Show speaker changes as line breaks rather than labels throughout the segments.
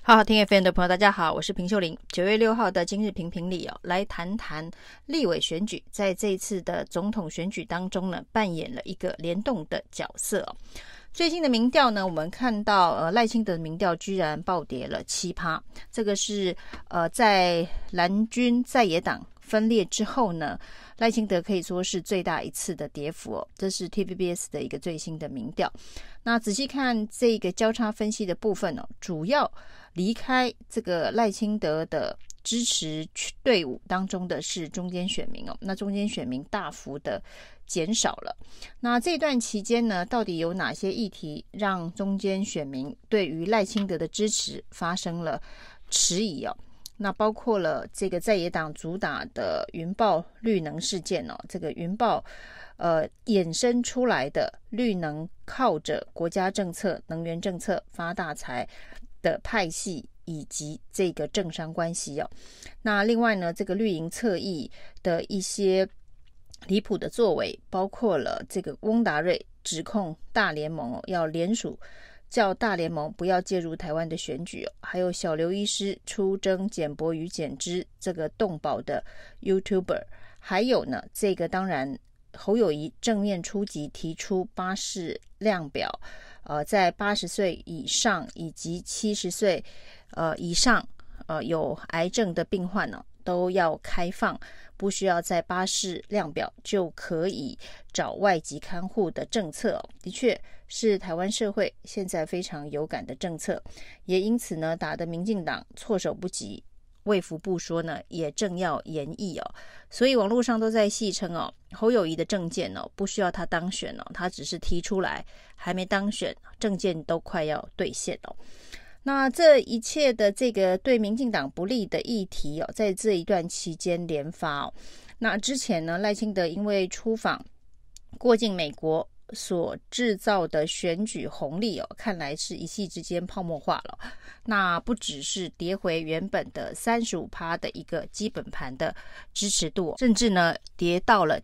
好，听 FM 的朋友大家好，我是平秀玲。9月6号的今日评评里来谈谈立委选举，在这一次的总统选举当中呢，扮演了一个联动的角色最新的民调呢，我们看到赖清德的民调居然暴跌了7%，这个是在蓝军在野党分裂之后呢，赖清德可以说是最大一次的跌幅这是 TVBS 的一个最新的民调。那仔细看这个交叉分析的部分主要离开这个赖清德的支持队伍当中的是中间选民那中间选民大幅的减少了。那这段期间呢，到底有哪些议题让中间选民对于赖清德的支持发生了迟疑那包括了这个在野党主打的云豹绿能事件这个云豹衍生出来的绿能靠着国家政策能源政策发大财的派系以及这个政商关系那另外呢，这个绿营侧翼的一些离谱的作为，包括了这个翁达瑞指控大联盟要联署叫大联盟不要介入台湾的选举还有小刘医师出征简博与简之这个动保的 YouTuber， 还有呢这个当然侯友宜正面出击提出巴氏量表在80岁以上以及70岁以上有癌症的病患都要开放，不需要在巴氏量表就可以找外籍看护的政策的确是台湾社会现在非常有感的政策，也因此呢打得民进党措手不及，卫福部说呢也正要研议所以网络上都在戏称侯友宜的政见不需要他当选他只是提出来还没当选，政见都快要兑现那这一切的这个对民进党不利的议题在这一段期间连发那之前呢，赖清德因为出访过境美国所制造的选举红利看来是一夕之间泡沫化了。那不只是跌回原本的 35% 的一个基本盘的支持度，甚至呢跌到了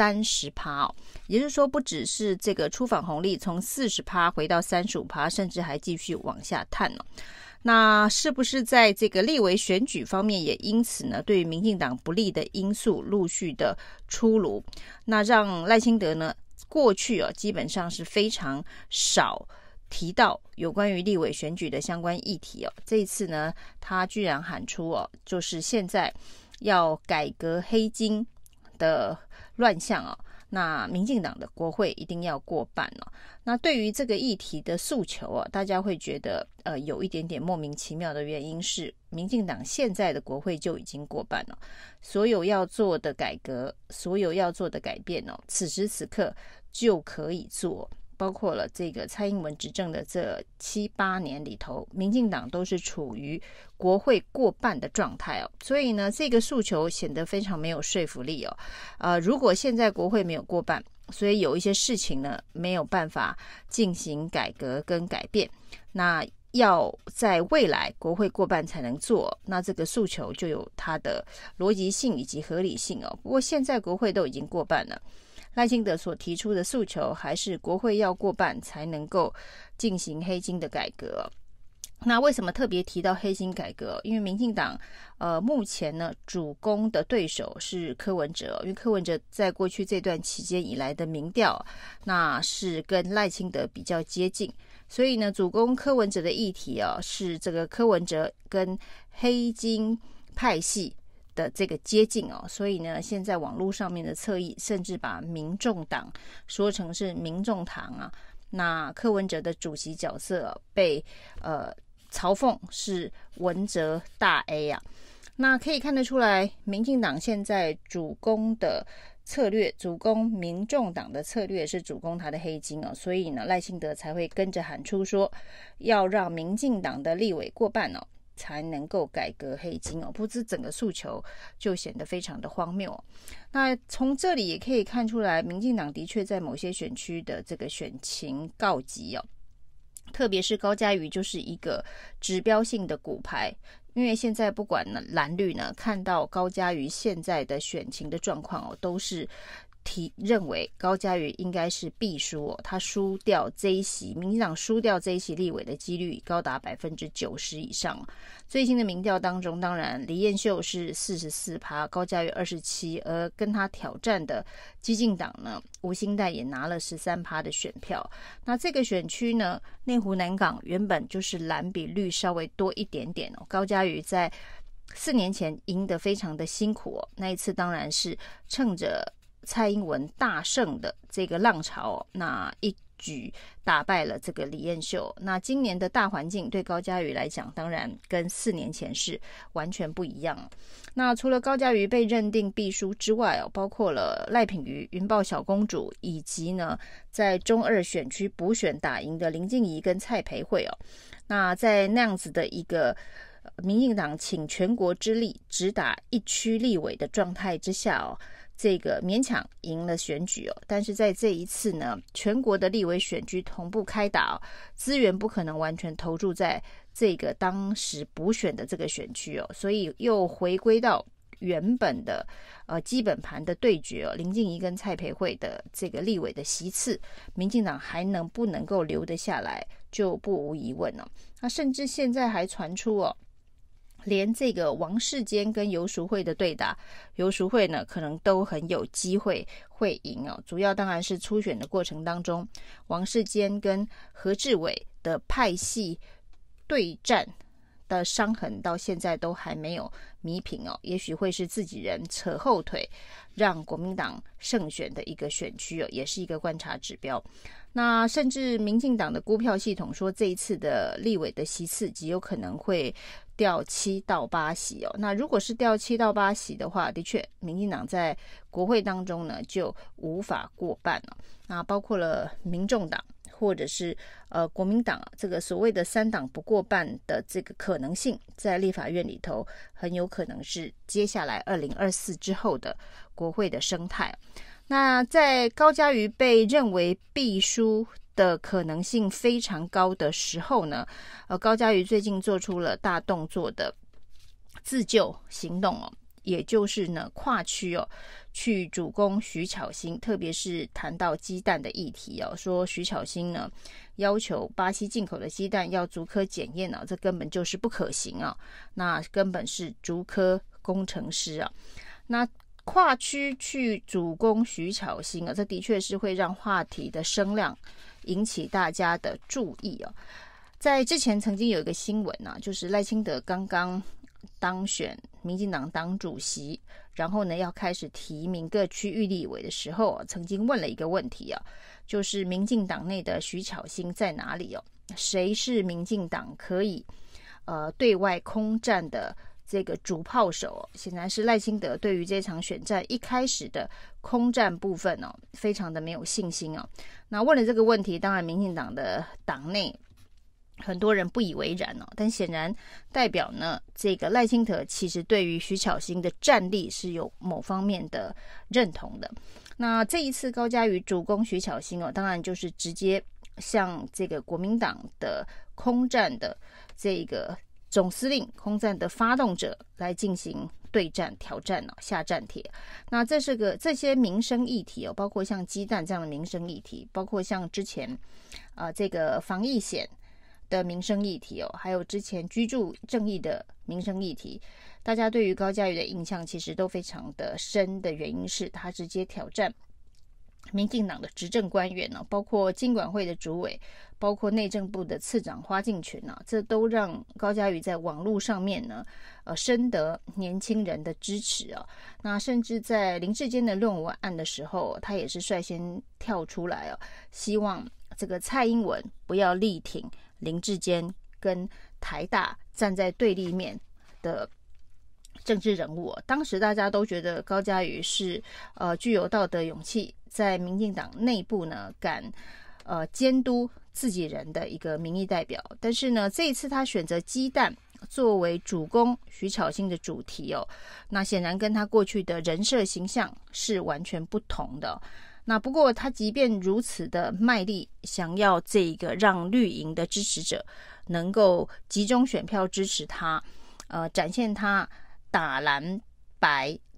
30% 也就是说不只是这个出访红利从 40% 回到 35%， 甚至还继续往下探那是不是在这个立委选举方面也因此呢对于民进党不利的因素陆续的出炉，那让赖清德呢过去基本上是非常少提到有关于立委选举的相关议题这一次呢他居然喊出就是现在要改革黑金的乱象那民进党的国会一定要过半那对于这个议题的诉求大家会觉得有一点点莫名其妙的原因是民进党现在的国会就已经过半了，所有要做的改革，所有要做的改变此时此刻就可以做，包括了这个蔡英文执政的这7-8年里头，民进党都是处于国会过半的状态所以呢这个诉求显得非常没有说服力如果现在国会没有过半，所以有一些事情呢没有办法进行改革跟改变，那要在未来国会过半才能做，那这个诉求就有它的逻辑性以及合理性不过现在国会都已经过半了，赖清德所提出的诉求还是国会要过半才能够进行黑金的改革那为什么特别提到黑金改革？因为民进党目前呢主攻的对手是柯文哲因为柯文哲在过去这段期间以来的民调那是跟赖清德比较接近，所以呢主攻柯文哲的议题是这个柯文哲跟黑金派系的这个接近所以呢现在网络上面的侧翼甚至把民众党说成是民众党那柯文哲的主席角色被嘲讽是文哲大 A 那可以看得出来民进党现在主攻的策略，主攻民众党的策略是主攻他的黑金所以呢赖清德才会跟着喊出说要让民进党的立委过半才能够改革黑金不知整个诉求就显得非常的荒谬那从这里也可以看出来民进党的确在某些选区的这个选情告急特别是高嘉瑜就是一个指标性的骨牌，因为现在不管蓝绿呢看到高嘉瑜现在的选情的状况都是认为高嘉瑜应该是必输哦，他输掉这一席，民进党输掉这一席立委的几率高达90%以上。最新的民调当中，当然李彦秀是44%，高嘉瑜27%，而跟他挑战的基进党呢，吴欣岱也拿了13%的选票。那这个选区呢，内湖南港原本就是蓝比绿稍微多一点点哦。高嘉瑜在4年前赢得非常的辛苦哦，那一次当然是趁着蔡英文大胜的这个浪潮，那一举打败了这个李彦秀。那今年的大环境对高嘉瑜来讲，当然跟4年前是完全不一样。那除了高嘉瑜被认定必输之外，包括了赖品妤、云豹小公主，以及呢在中2选区补选打赢的林静怡跟蔡培慧。那在那样子的一个民进党请全国之力只打1区立委的状态之下，这个勉强赢了选举。但是在这一次呢，全国的立委选举同步开打，资源不可能完全投注在这个当时补选的这个选区，所以又回归到原本的基本盘的对决，林静怡跟蔡培慧的这个立委的席次，民进党还能不能够留得下来就不无疑问了。那甚至现在还传出连这个王世坚跟游淑慧的对打，游淑慧呢可能都很有机会会赢。主要当然是初选的过程当中，王世坚跟何志伟的派系对战的伤痕到现在都还没有弥平，也许会是自己人扯后腿让国民党胜选的一个选区，也是一个观察指标。那甚至民进党的估票系统说，这一次的立委的席次极有可能会掉7到8席。那如果是掉7到8席的话，的确民进党在国会当中呢就无法过半了。那包括了民众党或者是国民党，这个所谓的3党不过半的这个可能性，在立法院里头很有可能是接下来2024之后的国会的生态。那在高嘉瑜被认为必输的可能性非常高的时候呢，高嘉瑜最近做出了大动作的自救行动，也就是呢跨区去主攻徐巧芯，特别是谈到鸡蛋的议题，说徐巧芯呢要求巴西进口的鸡蛋要竹科检验，这根本就是不可行，那根本是竹科工程师。那跨区去主攻徐巧芯，这的确是会让话题的声量引起大家的注意。在之前曾经有一个新闻，就是赖清德刚刚当选民进党党主席，然后呢要开始提名各区域立委的时候，曾经问了一个问题，就是民进党内的徐巧芯在哪里？谁是民进党可以对外空战的这个主炮手？显然是赖清德对于这场选战一开始的空战部分非常的没有信心。那问了这个问题，当然民进党的党内很多人不以为然，但显然代表呢，这个赖清德其实对于徐巧芯的战力是有某方面的认同的。那这一次高嘉瑜主攻徐巧芯，当然就是直接向这个国民党的空战的这个总司令、空战的发动者来进行对战、挑战、下战帖。那这些民生议题，包括像鸡蛋这样的民生议题，包括像之前这个防疫险的民生议题，还有之前居住正义的民生议题，大家对于高嘉瑜的印象其实都非常的深的原因是他直接挑战民进党的执政官员，包括金管会的主委，包括内政部的次长花敬群，这都让高嘉瑜在网络上面呢深得年轻人的支持。那甚至在林智坚的论文案的时候，他也是率先跳出来，希望这个蔡英文不要力挺林智坚跟台大站在对立面的政治人物。当时大家都觉得高嘉瑜是具有道德勇气，在民进党内部呢敢监督自己人的一个民意代表。但是呢，这一次他选择鸡蛋作为主攻徐巧芯的主题，那显然跟他过去的人设形象是完全不同的。那不过他即便如此的卖力，想要这个让绿营的支持者能够集中选票支持他，展现他打蓝白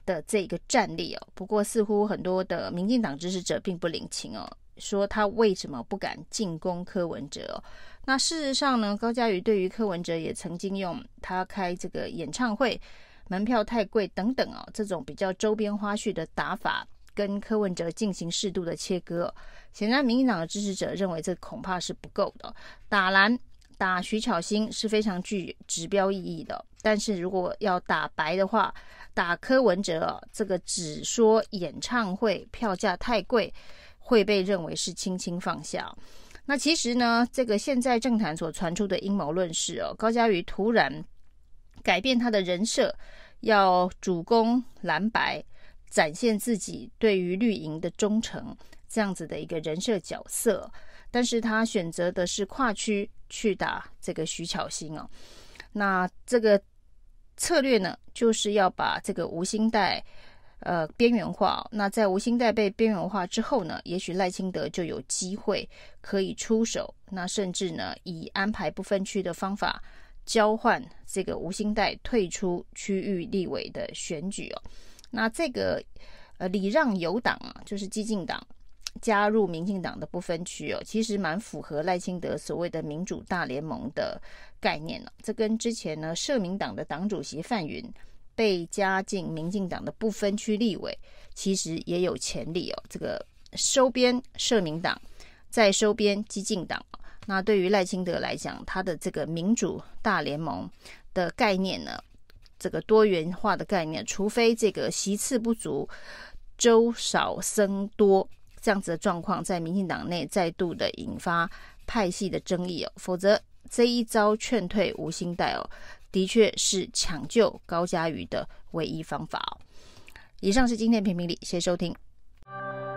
的这个战力哦。不过似乎很多的民进党支持者并不领情哦，说他为什么不敢进攻柯文哲哦。那事实上呢，高嘉瑜对于柯文哲也曾经用他开这个演唱会门票太贵等等哦，这种比较周边花絮的打法跟柯文哲进行适度的切割哦。显然民进党的支持者认为这恐怕是不够的哦。打蓝打徐巧芯是非常具指标意义的，但是如果要打白的话，打柯文哲哦，这个只说演唱会票价太贵会被认为是轻轻放下。那其实呢，这个现在政坛所传出的阴谋论是哦，高嘉瑜突然改变他的人设，要主攻蓝白，展现自己对于绿营的忠诚，这样子的一个人设角色。但是他选择的是跨区去打这个徐巧芯哦。那这个策略呢，就是要把这个吴欣岱边缘化。那在吴欣岱被边缘化之后呢，也许赖清德就有机会可以出手，那甚至呢以安排不分区的方法交换这个吴欣岱退出区域立委的选举哦。那这个礼让友党啊，就是基进党加入民进党的不分区哦，其实蛮符合赖清德所谓的民主大联盟的概念哦。这跟之前呢社民党的党主席范云被加进民进党的不分区立委，其实也有潜力哦。这个收编社民党，再收编基进党，那对于赖清德来讲，他的这个民主大联盟的概念呢，这个多元化的概念，除非这个席次不足，州少僧多这样子的状况在民进党内再度的引发派系的争议哦，否则这一招劝退吴欣岱哦，的确是抢救高嘉瑜的唯一方法哦。以上是今天评评理，谢谢收听。